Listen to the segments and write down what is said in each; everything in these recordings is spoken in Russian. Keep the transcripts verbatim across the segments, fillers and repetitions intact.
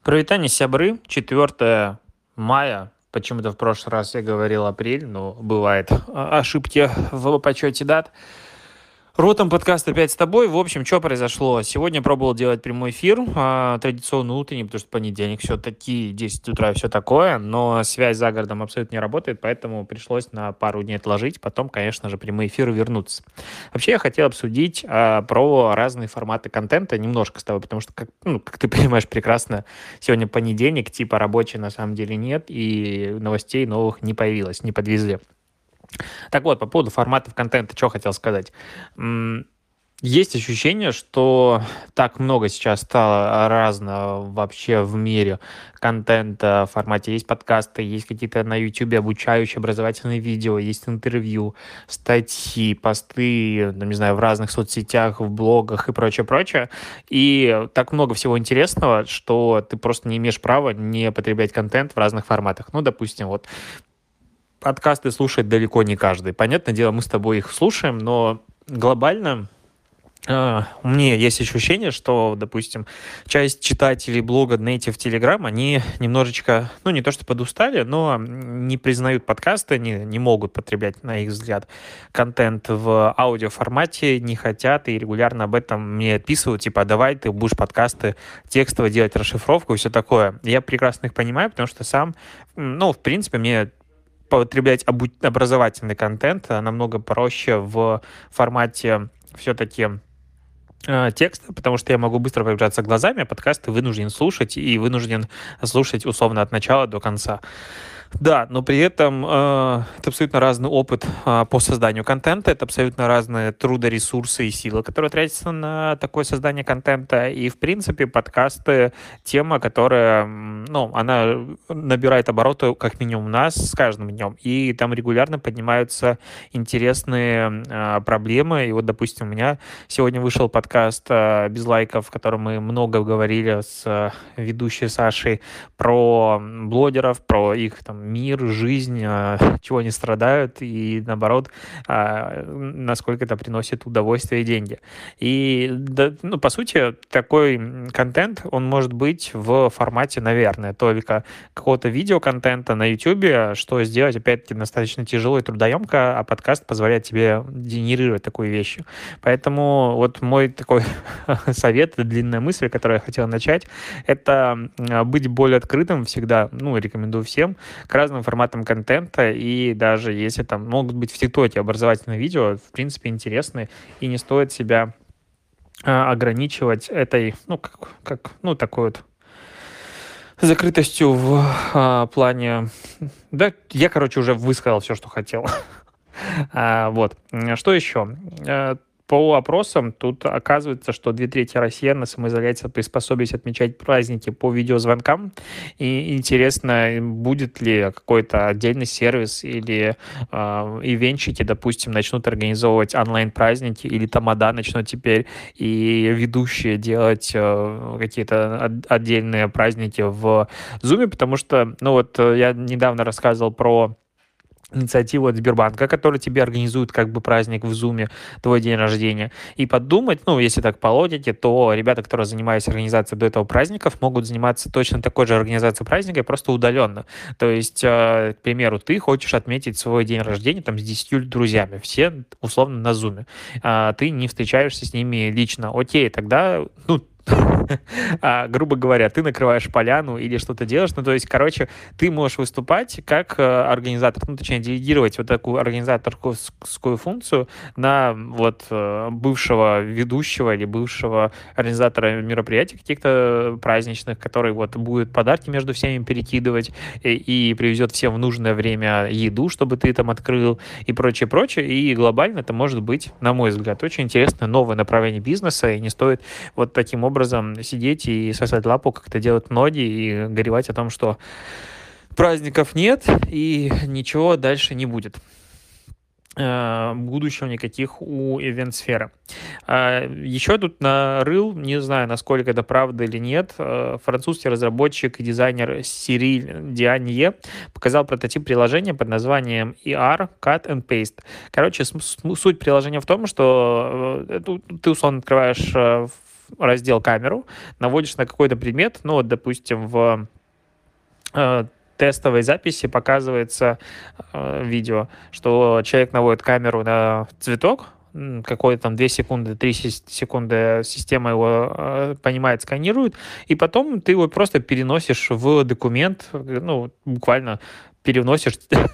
Привет, сябры. четвёртое мая. Почему-то в прошлый раз я говорил апрель, но бывает а, ошибки в подсчете дат. Ротом подкаст опять с тобой. В общем, что произошло? Сегодня пробовал делать прямой эфир, а, традиционно утренний, потому что понедельник все-таки десять утра и все такое, но связь за городом абсолютно не работает, поэтому пришлось на пару дней отложить, потом, конечно же, прямые эфиры вернуться. Вообще, я хотел обсудить а, про разные форматы контента немножко с тобой, потому что, как, ну, как ты понимаешь прекрасно, сегодня понедельник, типа рабочий на самом деле нет, и новостей новых не появилось, не подвезли. Так вот, по поводу форматов контента, что хотел сказать. М, Есть ощущение, что так много сейчас стало разного вообще в мире контента в формате. Есть подкасты, есть какие-то на YouTube обучающие, образовательные видео, есть интервью, статьи, посты, ну, не знаю, в разных соцсетях, в блогах и прочее, прочее. И так много всего интересного, что ты просто не имеешь права не потреблять контент в разных форматах. Ну, допустим, вот подкасты слушает далеко не каждый. Понятное дело, мы с тобой их слушаем, но глобально э, у меня есть ощущение, что, допустим, часть читателей блога Native Telegram, они немножечко, ну, не то что подустали, но не признают подкасты, не, не могут потреблять, на их взгляд, контент в аудиоформате, не хотят и регулярно об этом мне отписывают, типа, давай ты будешь подкасты текстово делать расшифровку и все такое. Я прекрасно их понимаю, потому что сам, ну, в принципе, мне потреблять обу- образовательный контент а, намного проще в формате все-таки э, текста, потому что я могу быстро пробежаться глазами, а подкасты вынужден слушать и вынужден слушать условно от начала до конца. Да, но при этом э, это абсолютно разный опыт э, по созданию контента, это абсолютно разные трудоресурсы и силы, которые тратятся на такое создание контента. И, в принципе, подкасты — тема, которая, м, ну, она набирает обороты как минимум у нас с каждым днем. И там регулярно поднимаются интересные э, проблемы. И вот, допустим, у меня сегодня вышел подкаст э, «Без лайков», в котором мы много говорили с э, ведущей Сашей про блогеров, про их там мир, жизнь, а, чего они страдают и, наоборот, а, насколько это приносит удовольствие и деньги. И, да, ну, по сути, такой контент, он может быть в формате, наверное, только какого-то видеоконтента на YouTube, что сделать, опять-таки, достаточно тяжело и трудоемко, а подкаст позволяет тебе генерировать такую вещь. Поэтому вот мой такой совет, длинная мысль, которую я хотел начать, это быть более открытым всегда, ну, рекомендую всем, к разным форматам контента, и даже если там могут быть в ТикТоке образовательные видео, в принципе, интересные, и не стоит себя а, ограничивать этой, ну, как, как, ну, такой вот закрытостью в а, плане... Да, я, короче, уже высказал все, что хотел. А, вот. Что еще? Э, По опросам тут оказывается, что две трети россиян на самоизоляции приспособились отмечать праздники по видеозвонкам. И интересно, будет ли какой-то отдельный сервис или э, ивенчики, допустим, начнут организовывать онлайн-праздники, или тамада начнут теперь и ведущие делать э, какие-то от- отдельные праздники в Zoom, потому что, ну вот, э, я недавно рассказывал про инициативу от Сбербанка, который тебе организует как бы праздник в Зуме, твой день рождения. И подумать, ну, если так по логике, то ребята, которые занимались организацией до этого праздников, могут заниматься точно такой же организацией праздника, просто удаленно. То есть, э, к примеру, ты хочешь отметить свой день рождения там с десятью друзьями, все условно на Зуме. А ты не встречаешься с ними лично. Окей, тогда, ну, а, грубо говоря, ты накрываешь поляну или что-то делаешь. Ну, то есть, короче, ты можешь выступать как э, организатор, ну, точнее, делегировать вот такую организаторскую функцию на вот э, бывшего ведущего или бывшего организатора мероприятий каких-то праздничных, который вот будет подарки между всеми перекидывать и, и привезет всем в нужное время еду, чтобы ты там открыл и прочее, прочее. И глобально это может быть, на мой взгляд, очень интересное новое направление бизнеса, и не стоит вот таким образом сидеть и сосать лапу, как это делают многие, и горевать о том, что праздников нет и ничего дальше не будет. Э, будущего никаких у ивент-сферы. А, Еще тут нарыл, не знаю, насколько это правда или нет, э, французский разработчик и дизайнер Сириль Дианье показал прототип приложения под названием и ар Cut and Paste. Короче, см- см- суть приложения в том, что э, ты, ты условно открываешь э, раздел камеру, наводишь на какой-то предмет, ну вот, допустим, в э, тестовой записи показывается э, видео, что человек наводит камеру на цветок, м, какой-то там две секунды, три секунды система его э, понимает, сканирует, и потом ты его просто переносишь в документ, ну, буквально переносишь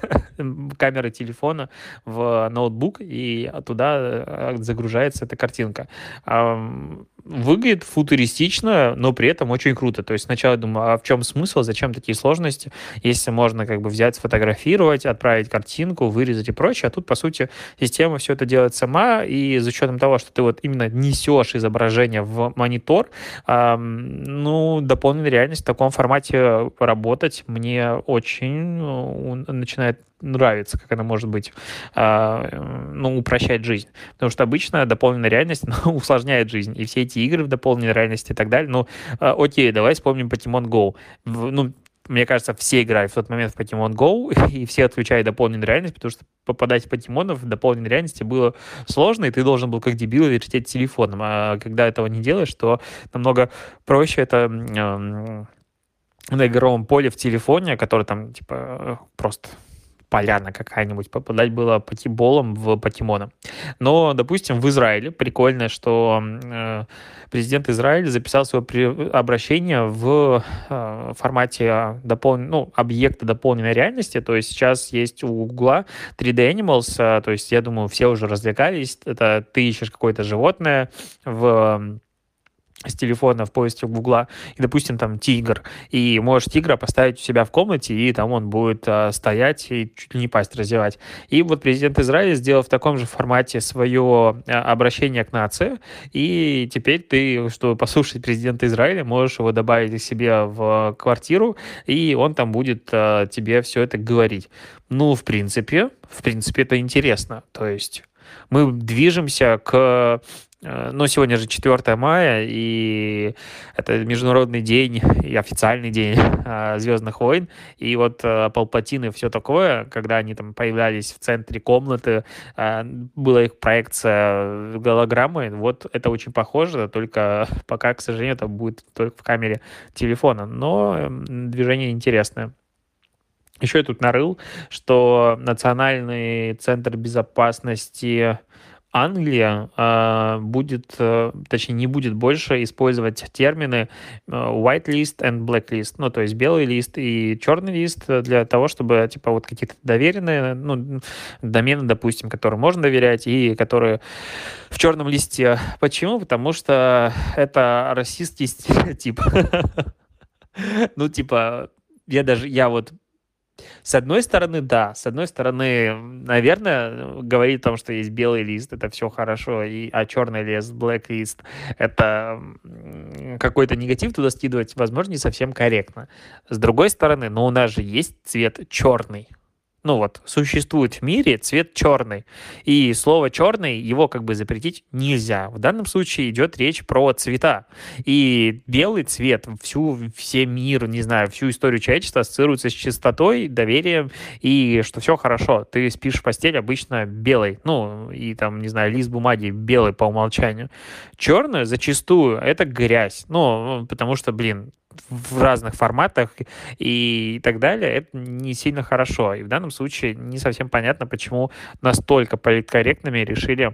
камеры телефона в ноутбук, и туда э, загружается эта картинка. Ам, Выглядит футуристично, но при этом очень круто. То есть сначала думаю, а в чем смысл, зачем такие сложности, если можно как бы взять, сфотографировать, отправить картинку, вырезать и прочее, а тут, по сути, система все это делает сама, и за счетом того, что ты вот именно несешь изображение в монитор, ам, ну, дополненная реальность в таком формате работать мне очень ну, начинает нравится, как она может быть, а, ну, упрощать жизнь. Потому что обычно дополненная реальность ну, усложняет жизнь. И все эти игры в дополненной реальности и так далее. Ну, а, окей, давай вспомним Pokemon Go. В, ну, мне кажется, все играли в тот момент в Pokemon Go, и все отключали дополненную реальность, потому что попадать в покемонов в дополненной реальности было сложно, и ты должен был как дебил вертеть телефоном. А когда этого не делаешь, то намного проще это м, на игровом поле в телефоне, который там, типа, просто поляна какая-нибудь, попадать было покеболом в покемона. Но, допустим, в Израиле прикольно, что э, президент Израиля записал свое при- обращение в э, формате допол... ну, объекта дополненной реальности. То есть сейчас есть у Гугла три дэ Animals, э, то есть я думаю, все уже развлекались. Это ты ищешь какое-то животное в с телефона в поиске Гугла, и, допустим, там тигр, и можешь тигра поставить у себя в комнате, и там он будет а, стоять и чуть ли не пасть разевать. И вот президент Израиля сделал в таком же формате свое а, обращение к нации, и теперь ты, чтобы послушать президента Израиля, можешь его добавить к себе в квартиру, и он там будет а, тебе все это говорить. Ну, в принципе, в принципе, это интересно. То есть мы движемся к ну, сегодня же четвёртое мая, и это международный день и официальный день а, «Звездных войн». И вот а, Палпатин и все такое, когда они там появлялись в центре комнаты, а, была их проекция голограммы. Вот это очень похоже, только пока, к сожалению, это будет только в камере телефона. Но м, движение интересное. Еще я тут нарыл, что Национальный центр безопасности Англия э, будет, э, точнее, не будет больше использовать термины э, white list and black list, ну, то есть белый лист и черный лист для того, чтобы, типа, вот какие-то доверенные, ну, домены, допустим, которым можно доверять и которые в черном листе. Почему? Потому что это расистский стереотип. Ну, типа, я даже, я вот с одной стороны, да. С одной стороны, наверное, говорить о том, что есть белый лист, это все хорошо, и, а черный лист, black list, это м, какой-то негатив туда скидывать, возможно, не совсем корректно. С другой стороны, но у нас же есть цвет черный. Ну вот, существует в мире цвет черный. И слово черный, его как бы запретить нельзя. В данном случае идет речь про цвета. И белый цвет всю, все мир, не знаю, всю историю человечества ассоциируется с чистотой, доверием, и что все хорошо. Ты спишь в постель обычно белый. Ну, и там, не знаю, лист бумаги белый по умолчанию. Черный зачастую это грязь. Ну, потому что, блин, в разных форматах и так далее, это не сильно хорошо. И в данном случае не совсем понятно, почему настолько политкорректными решили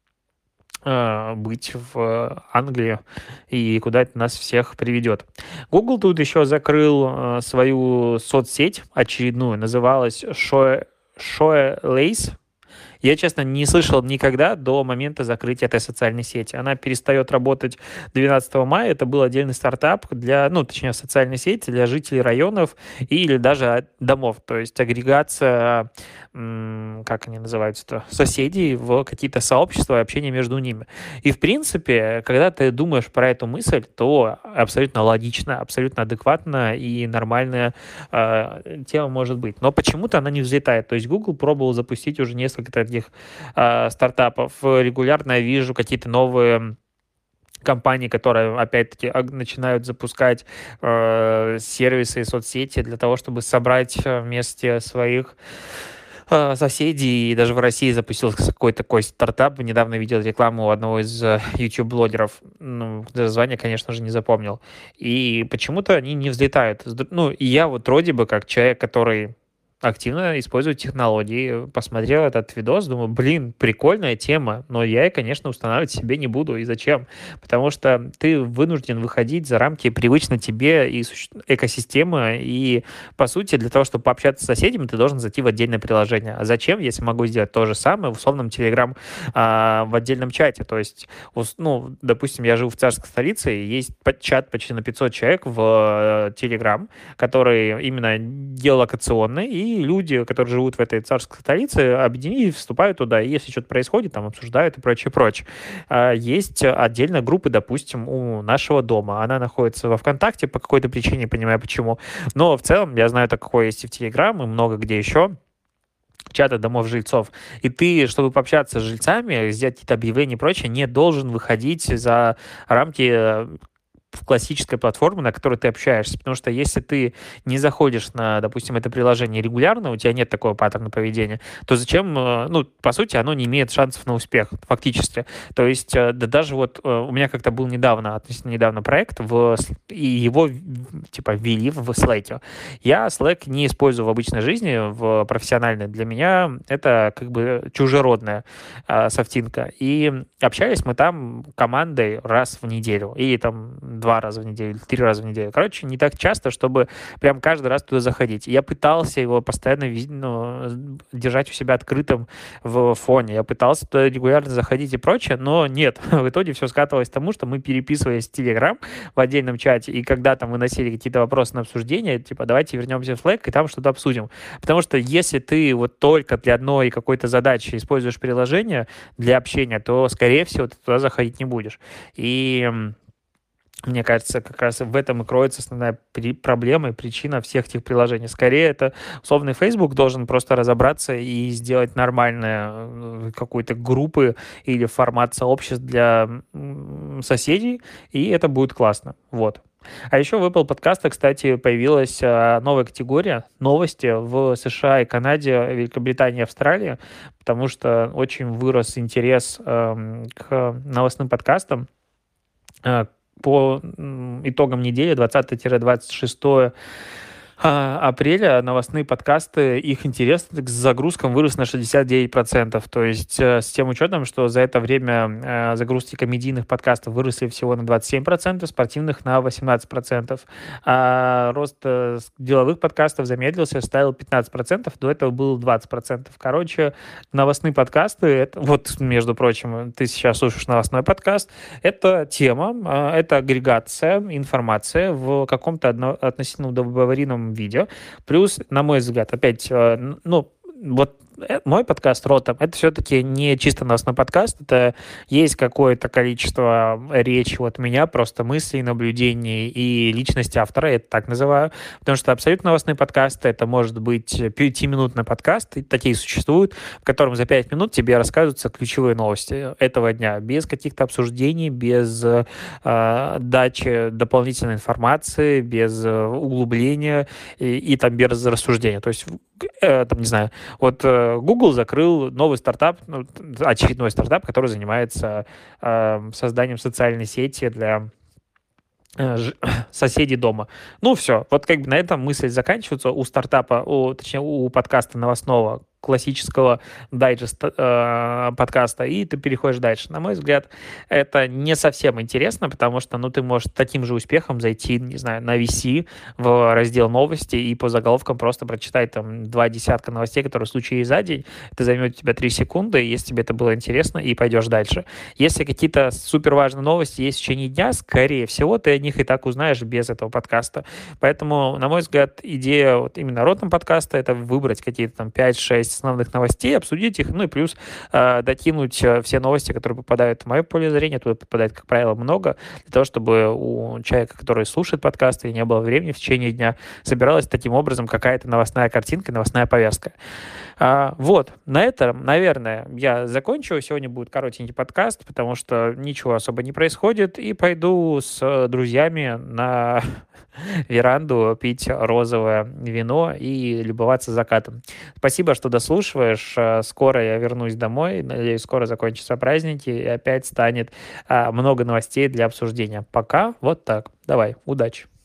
э, быть в Англии и куда это нас всех приведет. Google тут еще закрыл э, свою соцсеть очередную, называлась Shoe, Shoe Lace. Я, честно, не слышал никогда до момента закрытия этой социальной сети. Она перестает работать двенадцатого мая. Это был отдельный стартап для, ну, точнее, социальной сети для жителей районов или даже домов. То есть агрегация, м, как они называются-то, соседей в какие-то сообщества и общение между ними. И, в принципе, когда ты думаешь про эту мысль, то абсолютно логично, абсолютно адекватно и нормальная э, тема может быть. Но почему-то она не взлетает. То есть Google пробовал запустить уже несколько таких э, стартапов. Регулярно я вижу какие-то новые компании, которые, опять-таки, начинают запускать э, сервисы и соцсети для того, чтобы собрать вместе своих э, соседей, и даже в России запустился какой-то такой стартап. Недавно видел рекламу одного из э, YouTube-блогеров. Ну, название, конечно же, не запомнил. И почему-то они не взлетают. С дру- Ну, и я вот вроде бы как человек, который активно использует технологии, посмотрел этот видос, думаю, блин, прикольная тема, но я, ее, конечно, устанавливать себе не буду. И зачем? Потому что ты вынужден выходить за рамки привычно тебе и суще- экосистемы, и, по сути, для того, чтобы пообщаться с соседями, ты должен зайти в отдельное приложение. А зачем, если могу сделать то же самое в условном Телеграм а, в отдельном чате? То есть, ус- ну, допустим, я живу в царской столице, и есть по- чат почти на пятьсот человек в Телеграм, который именно геолокационный, и люди, которые живут в этой царской столице, объединились, вступают туда, и если что-то происходит, там обсуждают и прочее, прочее. А, Есть отдельно группы, допустим, у нашего дома. Она находится во ВКонтакте по какой-то причине, не понимаю почему. Но в целом я знаю, такое есть и в Телеграм, и много где еще чата домов жильцов. И ты, чтобы пообщаться с жильцами, сделать какие-то объявления и прочее, не должен выходить за рамки э, в классической платформы, на которой ты общаешься. Потому что если ты не заходишь на, допустим, это приложение регулярно, у тебя нет такого паттерна поведения, то зачем, э, ну, по сути, оно не имеет шансов на успех, фактически. То есть, э, да даже вот э, у меня как-то был недавно, относительно недавно проект, в, с- и его, в- типа, ввели в Slack. Я Slack не использую в обычной жизни, в профессиональной. Для меня это как бы чужеродная э, софтинка. И общались мы там командой раз в неделю. И там два раза в неделю, или три раза в неделю. Короче, не так часто, чтобы прям каждый раз туда заходить. Я пытался его постоянно ви- ну, держать у себя открытым в фоне. Я пытался туда регулярно заходить и прочее, но нет. В итоге все скатывалось к тому, что мы переписывались в Telegram в отдельном чате, и когда там выносили какие-то вопросы на обсуждение, типа, давайте вернемся в Slack и там что-то обсудим. Потому что если ты вот только для одной какой-то задачи используешь приложение для общения, то, скорее всего, ты туда заходить не будешь. И м, мне кажется, как раз в этом и кроется основная при- проблема и причина всех этих приложений. Скорее, это условный Facebook должен просто разобраться и сделать нормальные э, какой-то группы или формат сообществ для м, соседей, и это будет классно. Вот. А еще в Apple подкастах, кстати, появилась а, новая категория новости в США и Канаде, Великобритании и Австралии, потому что очень вырос интерес эм, к новостным подкастам. Э, По м, итогам недели двадцатое-двадцать шестое а, апреля новостные подкасты, их интерес к загрузкам вырос на шестьдесят девять процентов. То есть э, с тем учетом, что за это время э, загрузки комедийных подкастов выросли всего на двадцать семь процентов, спортивных на восемнадцать процентов. А рост э, с- деловых подкастов замедлился, составил пятнадцать процентов, до этого было двадцать процентов. Короче, новостные подкасты, это, вот, между прочим, ты сейчас слушаешь новостной подкаст, это тема, а, это агрегация информации в каком-то одно- относительно удобоваримом виде. Плюс, на мой взгляд, опять, э, н- ну, вот э, мой подкаст «Ротом» — это все-таки не чисто новостной подкаст, это есть какое-то количество речи от меня, просто мыслей, наблюдений и личности автора, я это так называю, потому что абсолютно новостные подкасты — это может быть пятиминутный подкаст, и такие существуют, в котором за пять минут тебе рассказываются ключевые новости этого дня, без каких-то обсуждений, без э, э, дачи дополнительной информации, без э, углубления и, и там без рассуждения. То есть, э, там, не знаю, вот э, Google закрыл новый стартап, ну, очередной стартап, который занимается э, созданием социальной сети для э, ж- соседей дома. Ну, все. Вот как бы на этом мысль заканчивается у стартапа, у, точнее, у подкаста новостного, классического дайджеста э, подкаста, и ты переходишь дальше. На мой взгляд, это не совсем интересно, потому что, ну, ты можешь таким же успехом зайти, не знаю, на ви си в раздел новости и по заголовкам просто прочитать там два десятка новостей, которые случились за день. Это займет у тебя три секунды, если тебе это было интересно, и пойдешь дальше. Если какие-то супер важные новости есть в течение дня, скорее всего, ты о них и так узнаешь без этого подкаста. Поэтому, на мой взгляд, идея вот именно ротом подкаста — это выбрать какие-то там пять-шесть основных новостей, обсудить их, ну и плюс э, докинуть э, все новости, которые попадают в мое поле зрения. Туда попадает, как правило, много, для того, чтобы у человека, который слушает подкасты и не было времени в течение дня, собиралась таким образом какая-то новостная картинка, новостная повестка. А, вот, на этом, наверное, я закончу. Сегодня будет коротенький подкаст, потому что ничего особо не происходит, и пойду с э, друзьями на веранду, пить розовое вино и любоваться закатом. Спасибо, что дослушиваешь. Э, Скоро я вернусь домой. Надеюсь, скоро закончатся праздники и опять станет а, много новостей для обсуждения. Пока вот так. Давай, удачи.